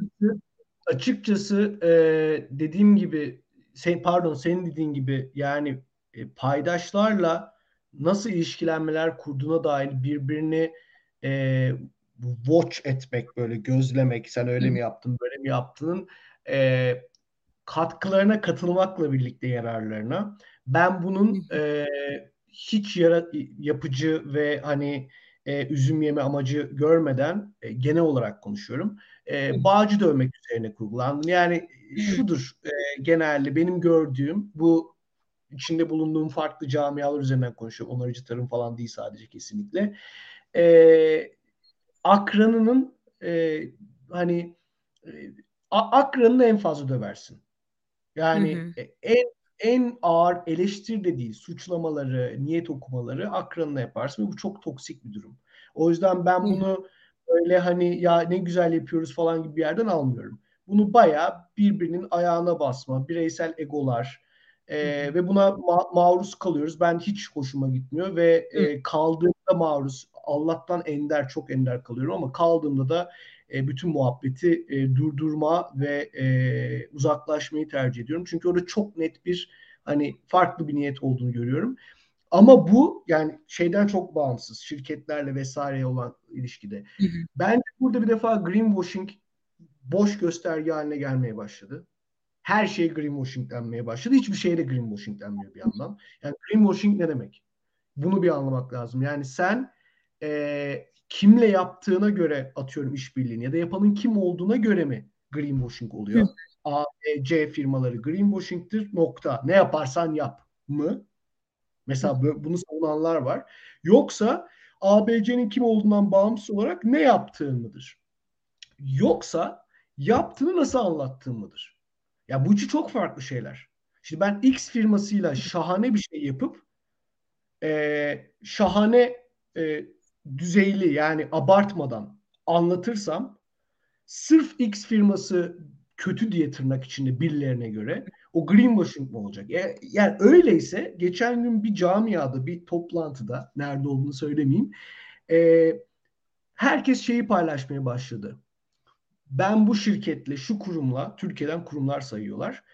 açıkçası dediğim gibi senin dediğin gibi yani paydaşlarla nasıl ilişkilenmeler kurduğuna dair birbirini e, watch etmek, böyle gözlemek, sen öyle mi yaptın böyle mi yaptığının e, katkılarına katılmakla birlikte yararlarına. Ben bunun hiç yapıcı ve hani üzüm yeme amacı görmeden genel olarak konuşuyorum. Bağcı dövmek üzerine kurgulandı. Yani şudur genelde benim gördüğüm bu içinde bulunduğum farklı camialar üzerinden konuşuyorum. Onarıcı tarım falan değil sadece kesinlikle. E, akranının hani e, akranını en fazla döversin. Yani en ağır eleştiri de değil, suçlamaları, niyet okumaları akranına yaparsın ve bu çok toksik bir durum. O yüzden ben bunu öyle hani ya ne güzel yapıyoruz falan gibi bir yerden almıyorum. Bunu bayağı birbirinin ayağına basma, bireysel egolar ve buna maruz kalıyoruz. Ben hiç hoşuma gitmiyor ve kaldığımda maruz, Allah'tan ender, çok ender kalıyorum ama kaldığımda da bütün muhabbeti durdurma ve uzaklaşmayı tercih ediyorum. Çünkü orada çok net bir hani farklı bir niyet olduğunu görüyorum. Ama bu yani şeyden çok bağımsız. Şirketlerle vesaireye olan ilişkide. Bence burada bir defa greenwashing boş gösterge haline gelmeye başladı. Her şey greenwashing denmeye başladı. Hiçbir şeye de greenwashing denmiyor bir yandan. Yani greenwashing ne demek? Bunu bir anlamak lazım. Yani sen kimle yaptığına göre atıyorum işbirliğini ya da yapanın kim olduğuna göre mi greenwashing oluyor? A, B, C firmaları greenwashing'tir nokta. Ne yaparsan yap mı? Mesela bunu savunanlar var. Yoksa A, B, C'nin kim olduğundan bağımsız olarak ne yaptığın mıdır? Yoksa yaptığını nasıl anlattığın mıdır? Ya bu üçü çok farklı şeyler. Şimdi ben X firmasıyla şahane bir şey yapıp şahane e, düzeyli yani abartmadan anlatırsam sırf X firması kötü diye tırnak içinde birilerine göre o greenwashing mi olacak? Yani öyleyse geçen gün bir camiada bir toplantıda nerede olduğunu söylemeyeyim e, herkes şeyi paylaşmaya başladı. Ben bu şirketle şu kurumla Türkiye'den kurumlar sayıyorlar.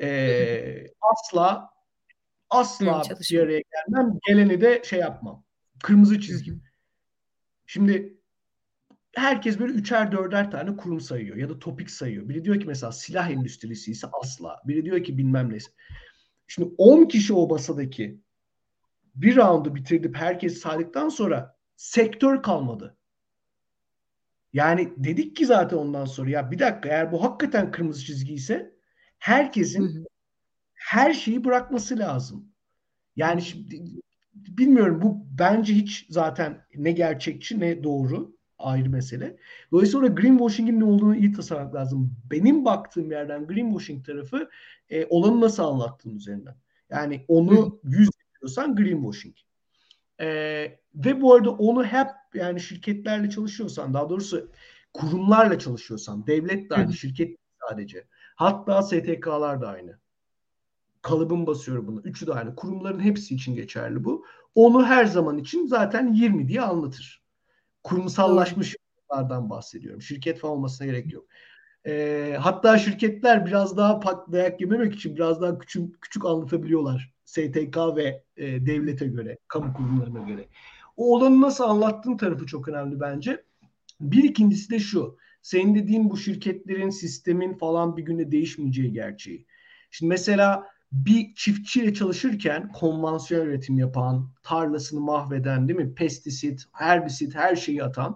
Asla asla bir Çalışma. araya gelmem. Geleni de şey yapmam. Kırmızı çizgim. Şimdi herkes böyle üçer dörder tane kurum sayıyor ya da topik sayıyor. Biri diyor ki mesela silah endüstrisi ise asla. Biri diyor ki bilmem neyse. Şimdi 10 kişi o masadaki bir roundu bitirdik herkes saydıktan sonra sektör kalmadı. Yani dedik ki zaten ondan sonra ya bir dakika eğer bu hakikaten kırmızı çizgi ise Hı herkesin hı. her şeyi bırakması lazım. Hı Yani hı. şimdi bilmiyorum, bu bence hiç zaten ne gerçekçi ne doğru, ayrı mesele. Dolayısıyla greenwashing'in ne olduğunu iyi tasarlamak lazım. Benim baktığım yerden greenwashing tarafı olanı nasıl anlattığın üzerinden. Yani Hı hı. onu 100 yapıyorsan greenwashing. Ve bu arada onu hep, yani şirketlerle çalışıyorsan, daha doğrusu kurumlarla çalışıyorsan, devlet de Hı aynı, hı. şirket sadece. Hatta STK'lar da aynı. Kalıbım basıyor bunu. Üçü de aynı. Kurumların hepsi için geçerli bu. Onu her zaman için zaten 20 diye anlatır. Doğru. Kurumsallaşmış firmalardan bahsediyorum. Şirket falan olmasına gerek yok. Hatta şirketler biraz daha dayak yememek için biraz daha küçük küçük anlatabiliyorlar. STK ve devlete göre, kamu kurumlarına göre. O olanı nasıl anlattığın tarafı çok önemli bence. Bir ikincisi de şu. Senin dediğin bu şirketlerin, sistemin falan bir günde değişmeyeceği gerçeği. Şimdi mesela bir çiftçiyle çalışırken konvansiyonel üretim yapan, tarlasını mahveden, değil mi? Pestisit, herbisit, her şeyi atan.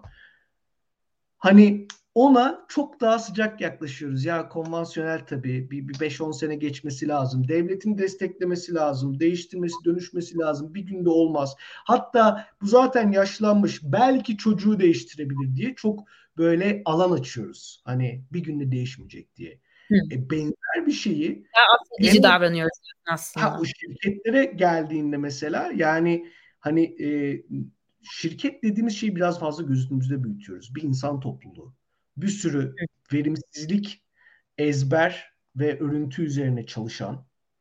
Hani ona çok daha sıcak yaklaşıyoruz. Ya konvansiyonel tabii bir 5-10 sene geçmesi lazım. Devletin desteklemesi lazım. Değiştirmesi, dönüşmesi lazım. Bir günde olmaz. Hatta bu zaten yaşlanmış. Belki çocuğu değiştirebilir diye çok böyle alan açıyoruz. Hani bir günde değişmeyecek diye. Hı. Benzer bir şeyi Daha en affedici davranıyoruz o aslında. şirketlere geldiğinde mesela, yani hani şirket dediğimiz şeyi biraz fazla gözümüzde büyütüyoruz. Bir insan topluluğu. Bir sürü Hı verimsizlik, ezber ve örüntü üzerine çalışan,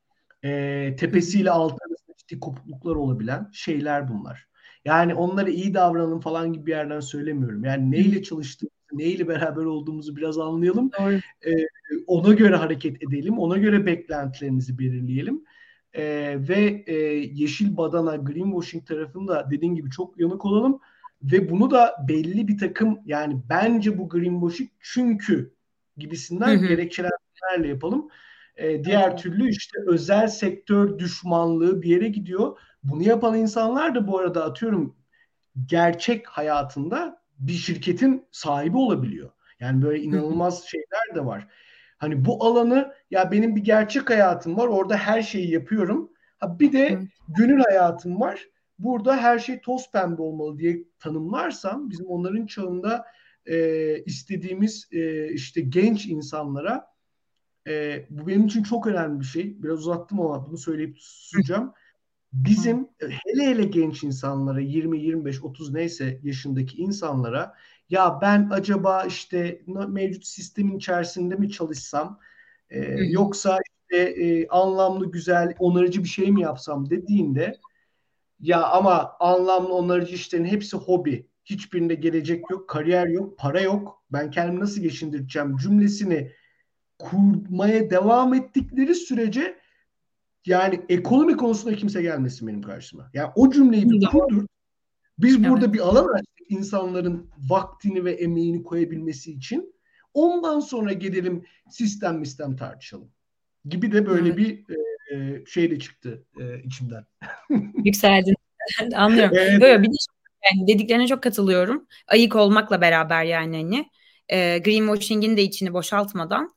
hı. tepesiyle altı arasında ciddi kopukluklar olabilen şeyler bunlar. Yani onlara iyi davranın falan gibi bir yerden söylemiyorum. Yani Hı hı. neyle çalıştığımızı, neyle beraber olduğumuzu biraz anlayalım. Doğru. E, Ona göre hareket edelim. Ona göre beklentilerimizi belirleyelim. Ve yeşil badana, greenwashing tarafında dediğin gibi çok yanık olalım. Ve bunu da belli bir takım, yani bence bu greenwashing çünkü Hı gibisinden hı. gerekçelerle yapalım. Evet, Diğer evet. türlü işte özel sektör düşmanlığı bir yere gidiyor. Bunu yapan insanlar da bu arada, atıyorum, gerçek hayatında bir şirketin sahibi olabiliyor. Yani böyle Hı hı. inanılmaz şeyler de var. Hani bu alanı, ya benim bir gerçek hayatım var, orada her şeyi yapıyorum. Ha bir de Evet. gönül hayatım var. Burada her şey toz pembe olmalı diye tanımlarsam, bizim onların çağında istediğimiz işte genç insanlara, bu benim için çok önemli bir şey. Biraz uzattım ama bunu söyleyip Hı. susacağım. Tamam. Bizim hele hele genç insanlara, 20, 25, 30 neyse yaşındaki insanlara, ya ben acaba işte mevcut sistemin içerisinde mi çalışsam, Hı hı. yoksa işte anlamlı, güzel, onarıcı bir şey mi yapsam dediğinde, ya ama anlamlı onarıcı işlerin hepsi hobi. Hiçbirinde gelecek yok, kariyer yok, para yok. Ben kendimi nasıl geçindireceğim cümlesini kurmaya devam ettikleri sürece, yani ekonomi konusunda kimse gelmesin benim karşıma. Yani o cümleyi bir Doğru. kurdur. Biz Evet. burada bir alan açtık insanların vaktini ve emeğini koyabilmesi için. Ondan sonra gelelim sistem tartışalım. Gibi de böyle Evet. bir şey de çıktı içimden. Yükseldin. Anlıyorum. Evet. Yo, yo, bir de yani dediklerine çok katılıyorum. Ayık olmakla beraber yani hani greenwashing'in de içini boşaltmadan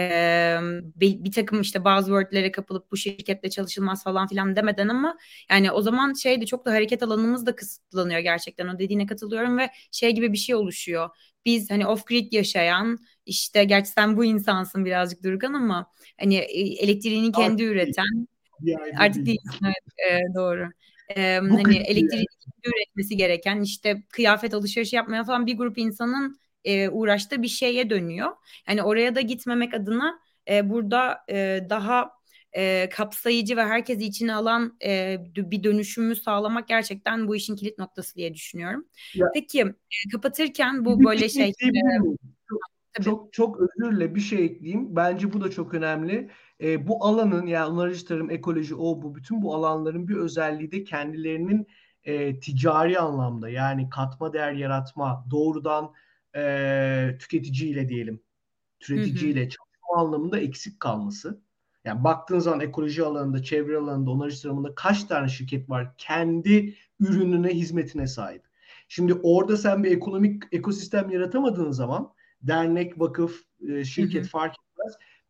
bir takım işte buzzword'lere kapılıp bu şirkette çalışılmaz falan filan demeden, ama yani o zaman şeydi, çok da hareket alanımız da kısıtlanıyor gerçekten. O dediğine katılıyorum ve şey gibi bir şey oluşuyor. Biz hani off-grid yaşayan, işte gerçi sen bu insansın birazcık Durgan, ama hani elektriğini kendi Artık değil. üreten, Bir aydır artık değil. değilsin, evet, doğru. Bu Hani kıyafet elektriğini yani. kendi üretmesi gereken, işte kıyafet alışveriş yapmaya falan bir grup insanın uğraştığı bir şeye dönüyor. Yani oraya da gitmemek adına burada daha kapsayıcı ve herkesi içine alan bir dönüşümü sağlamak gerçekten bu işin kilit noktası diye düşünüyorum. Ya, Peki kapatırken bu bir böyle şey şey, ekleyebilir miyim? Çok, tabii. çok, çok özür dilerim, bir şey ekleyeyim. Bence bu da çok önemli. Bu alanın, yani onarıcı tarım, ekoloji, o bu, bütün bu alanların bir özelliği de kendilerinin ticari anlamda, yani katma değer yaratma, doğrudan tüketiciyle diyelim, Hı hı. türeticiyle çalışma anlamında eksik kalması. Yani baktığın zaman ekoloji alanında, çevre alanında, onarıcı tarımında kaç tane şirket var kendi ürününe, hizmetine sahip. Şimdi orada sen bir ekonomik ekosistem yaratamadığın zaman, dernek, vakıf, Hı şirket hı. fark etmez.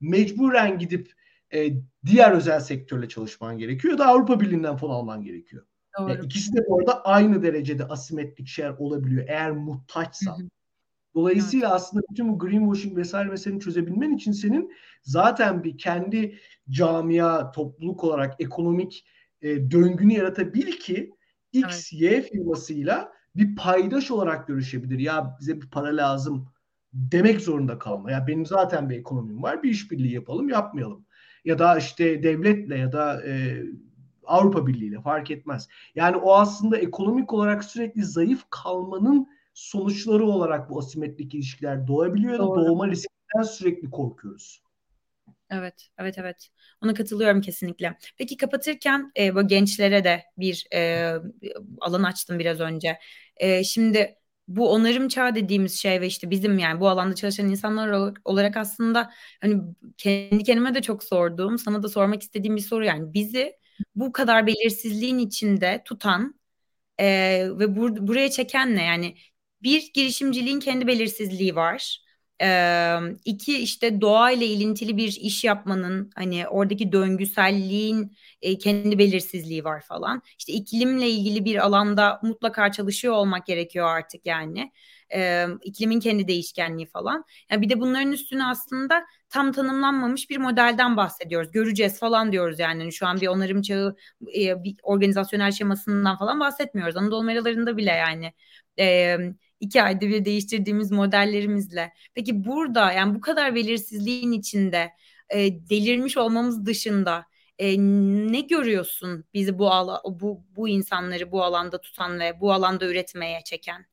mecburen gidip diğer özel sektörle çalışman gerekiyor ya da Avrupa Birliği'nden fon alman gerekiyor. Yani Doğru. ikisi de bu arada aynı derecede asimetrik şeyler olabiliyor eğer Hı muhtaçsan. hı. Evet. Dolayısıyla aslında bütün bu greenwashing vesaire meseleni çözebilmen için senin zaten bir kendi camia, topluluk olarak ekonomik döngünü yaratabil ki Evet. X, Y firmasıyla bir paydaş olarak görüşebilir. Ya bize bir para lazım demek zorunda kalma. Ya benim zaten bir ekonomim var, bir işbirliği yapalım, yapmayalım. Ya da işte devletle ya da Avrupa Birliği ile fark etmez. Yani o aslında ekonomik olarak sürekli zayıf kalmanın sonuçları olarak bu asimetrik ilişkiler doğabiliyor da Doğru. doğma riskinden sürekli korkuyoruz. Evet, evet, evet. Ona katılıyorum kesinlikle. Peki kapatırken böyle gençlere de bir alan açtım biraz önce. Şimdi bu onarım çağı dediğimiz şey ve işte bizim yani bu alanda çalışan insanlar olarak aslında hani kendi kendime de çok sorduğum, sana da sormak istediğim bir soru yani bizi bu kadar belirsizliğin içinde tutan ve buraya çeken ne? Yani bir girişimciliğin kendi belirsizliği var. İki işte doğayla ilintili bir iş yapmanın hani oradaki döngüselliğin kendi belirsizliği var falan. İşte iklimle ilgili bir alanda mutlaka çalışıyor olmak gerekiyor artık yani. İklimin kendi değişkenliği falan. Yani bir de bunların üstüne aslında tam tanımlanmamış bir modelden bahsediyoruz. Göreceğiz falan diyoruz yani. Hani şu an bir onarım çağı bir organizasyonel şemasından falan bahsetmiyoruz. Anadolu meralarında bile yani e, 2 ayda bir değiştirdiğimiz modellerimizle. Peki burada yani bu kadar belirsizliğin içinde delirmiş olmamız dışında ne görüyorsun bizi bu insanları bu alanda tutan ve bu alanda üretmeye çeken?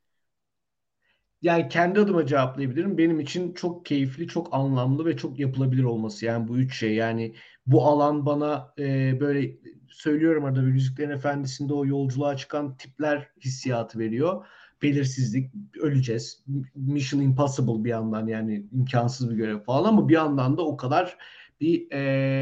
Yani kendi adıma cevaplayabilirim. Benim için çok keyifli, çok anlamlı ve çok yapılabilir olması. Yani bu üç şey. Yani bu alan bana böyle söylüyorum arada bir Yüzüklerin Efendisi'nde o yolculuğa çıkan tipler hissiyatı veriyor. Belirsizlik, öleceğiz. Mission Impossible bir yandan yani imkansız bir görev falan ama bir yandan da o kadar bir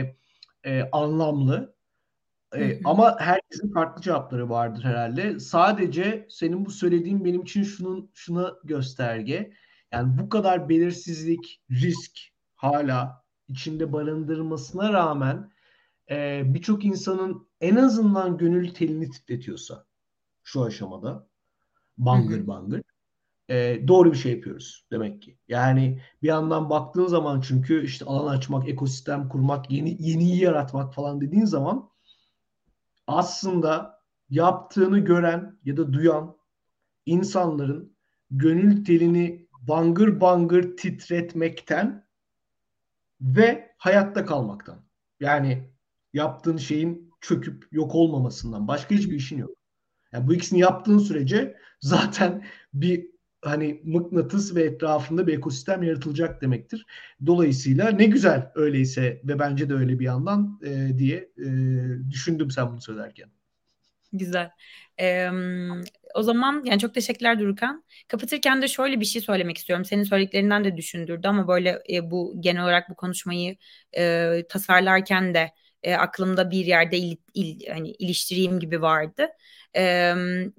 anlamlı. Hı hı, Ama herkesin farklı cevapları vardır herhalde. Sadece senin bu söylediğin benim için şuna gösterge. Yani bu kadar belirsizlik, risk hala içinde barındırmasına rağmen birçok insanın en azından gönül telini titretiyorsa şu aşamada hı hı. bangır bangır doğru bir şey yapıyoruz demek ki. Yani bir yandan baktığın zaman çünkü işte alan açmak, ekosistem kurmak, yeniyi yaratmak falan dediğin zaman aslında yaptığını gören ya da duyan insanların gönül telini bangır bangır titretmekten ve hayatta kalmaktan. Yani yaptığın şeyin çöküp yok olmamasından başka hiçbir işin yok. Yani bu ikisini yaptığın sürece zaten bir hani mıknatıs ve etrafında bir ekosistem yaratılacak demektir. Dolayısıyla ne güzel öyleyse ve bence de öyle bir yandan diye düşündüm sen bunu söylerken. Güzel. Ee, O zaman yani çok teşekkürler Durukan. Kapatırken de şöyle bir şey söylemek istiyorum. Senin söylediklerinden de düşündürdü ama böyle bu genel olarak bu konuşmayı tasarlarken de aklımda bir yerde hani iliştireyim gibi vardı. Ee,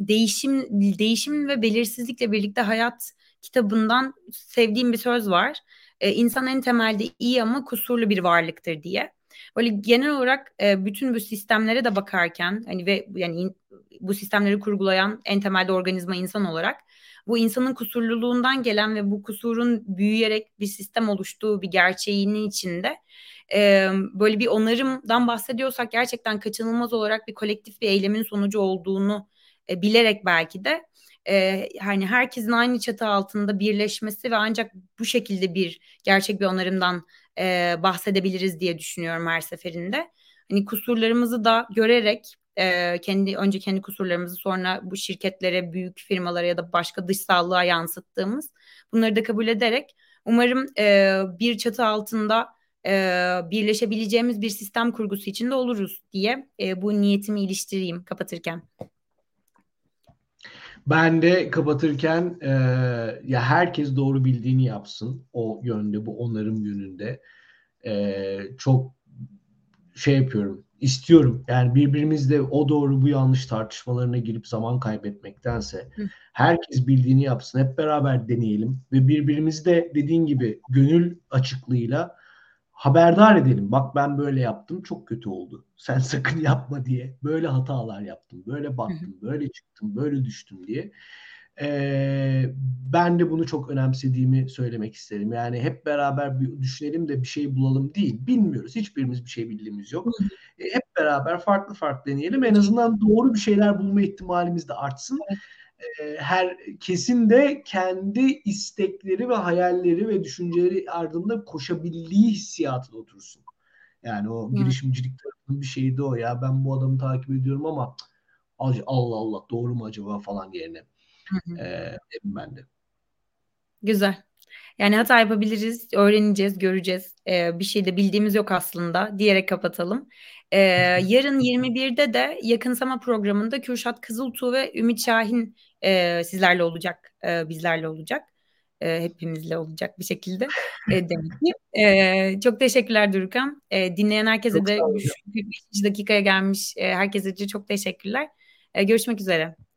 değişim ve belirsizlikle birlikte hayat kitabından sevdiğim bir söz var. İnsan en temelde iyi ama kusurlu bir varlıktır diye. Böyle genel olarak bütün bu sistemlere de bakarken hani ve yani bu sistemleri kurgulayan en temelde organizma insan olarak bu insanın kusurluluğundan gelen ve bu kusurun büyüyerek bir sistem oluştuğu bir gerçeğinin içinde böyle bir onarımdan bahsediyorsak gerçekten kaçınılmaz olarak bir kolektif bir eylemin sonucu olduğunu bilerek belki de hani herkesin aynı çatı altında birleşmesi ve ancak bu şekilde gerçek bir onarımdan bahsedebiliriz diye düşünüyorum her seferinde. Hani kusurlarımızı da görerek önce kendi kusurlarımızı sonra bu şirketlere, büyük firmalara ya da başka dışsallığa yansıttığımız bunları da kabul ederek umarım bir çatı altında e, birleşebileceğimiz bir sistem kurgusu içinde oluruz diye bu niyetimi iliştireyim kapatırken. Ben de kapatırken ya herkes doğru bildiğini yapsın o yönde, bu onarım yönünde. Çok şey yapıyorum, istiyorum. Yani birbirimizle o doğru bu yanlış tartışmalarına girip zaman kaybetmektense Hı, herkes bildiğini yapsın. Hep beraber deneyelim ve birbirimizi de dediğin gibi gönül açıklığıyla haberdar edelim. Bak ben böyle yaptım, çok kötü oldu. Sen sakın yapma diye. Böyle hatalar yaptım, böyle Hı hı. battım, böyle çıktım, böyle düştüm diye. Ben de bunu çok önemsediğimi söylemek isterim. Yani hep beraber bir düşünelim de bir şey bulalım değil. Bilmiyoruz. Hiçbirimiz bir şey bildiğimiz Hı yok. hı. Hep beraber farklı farklı deneyelim. En Tabii ki. azından doğru bir şeyler bulma ihtimalimiz de artsın. Evet. Herkesin de kendi istekleri ve hayalleri ve düşünceleri ardında koşabildiği hissiyatı da otursun. Yani o Evet. girişimcilik tarafının bir şeyi de o ya. Ben bu adamı takip ediyorum ama Allah Allah doğru mu acaba falan yerine. Hı hı. Dedim ben de. Güzel. Yani hata yapabiliriz, öğreneceğiz, göreceğiz. Bir şey de bildiğimiz yok aslında diyerek kapatalım. Yarın 21'de de Yakınsama programında Kürşat Kızıltuğ ve Ümit Şahin sizlerle olacak, bizlerle olacak. Hepimizle olacak bir şekilde demek ki. Çok teşekkürler Durukan. Dinleyen herkese Çok de sağ olun. 45. dakikaya gelmiş herkese de çok teşekkürler. Görüşmek üzere.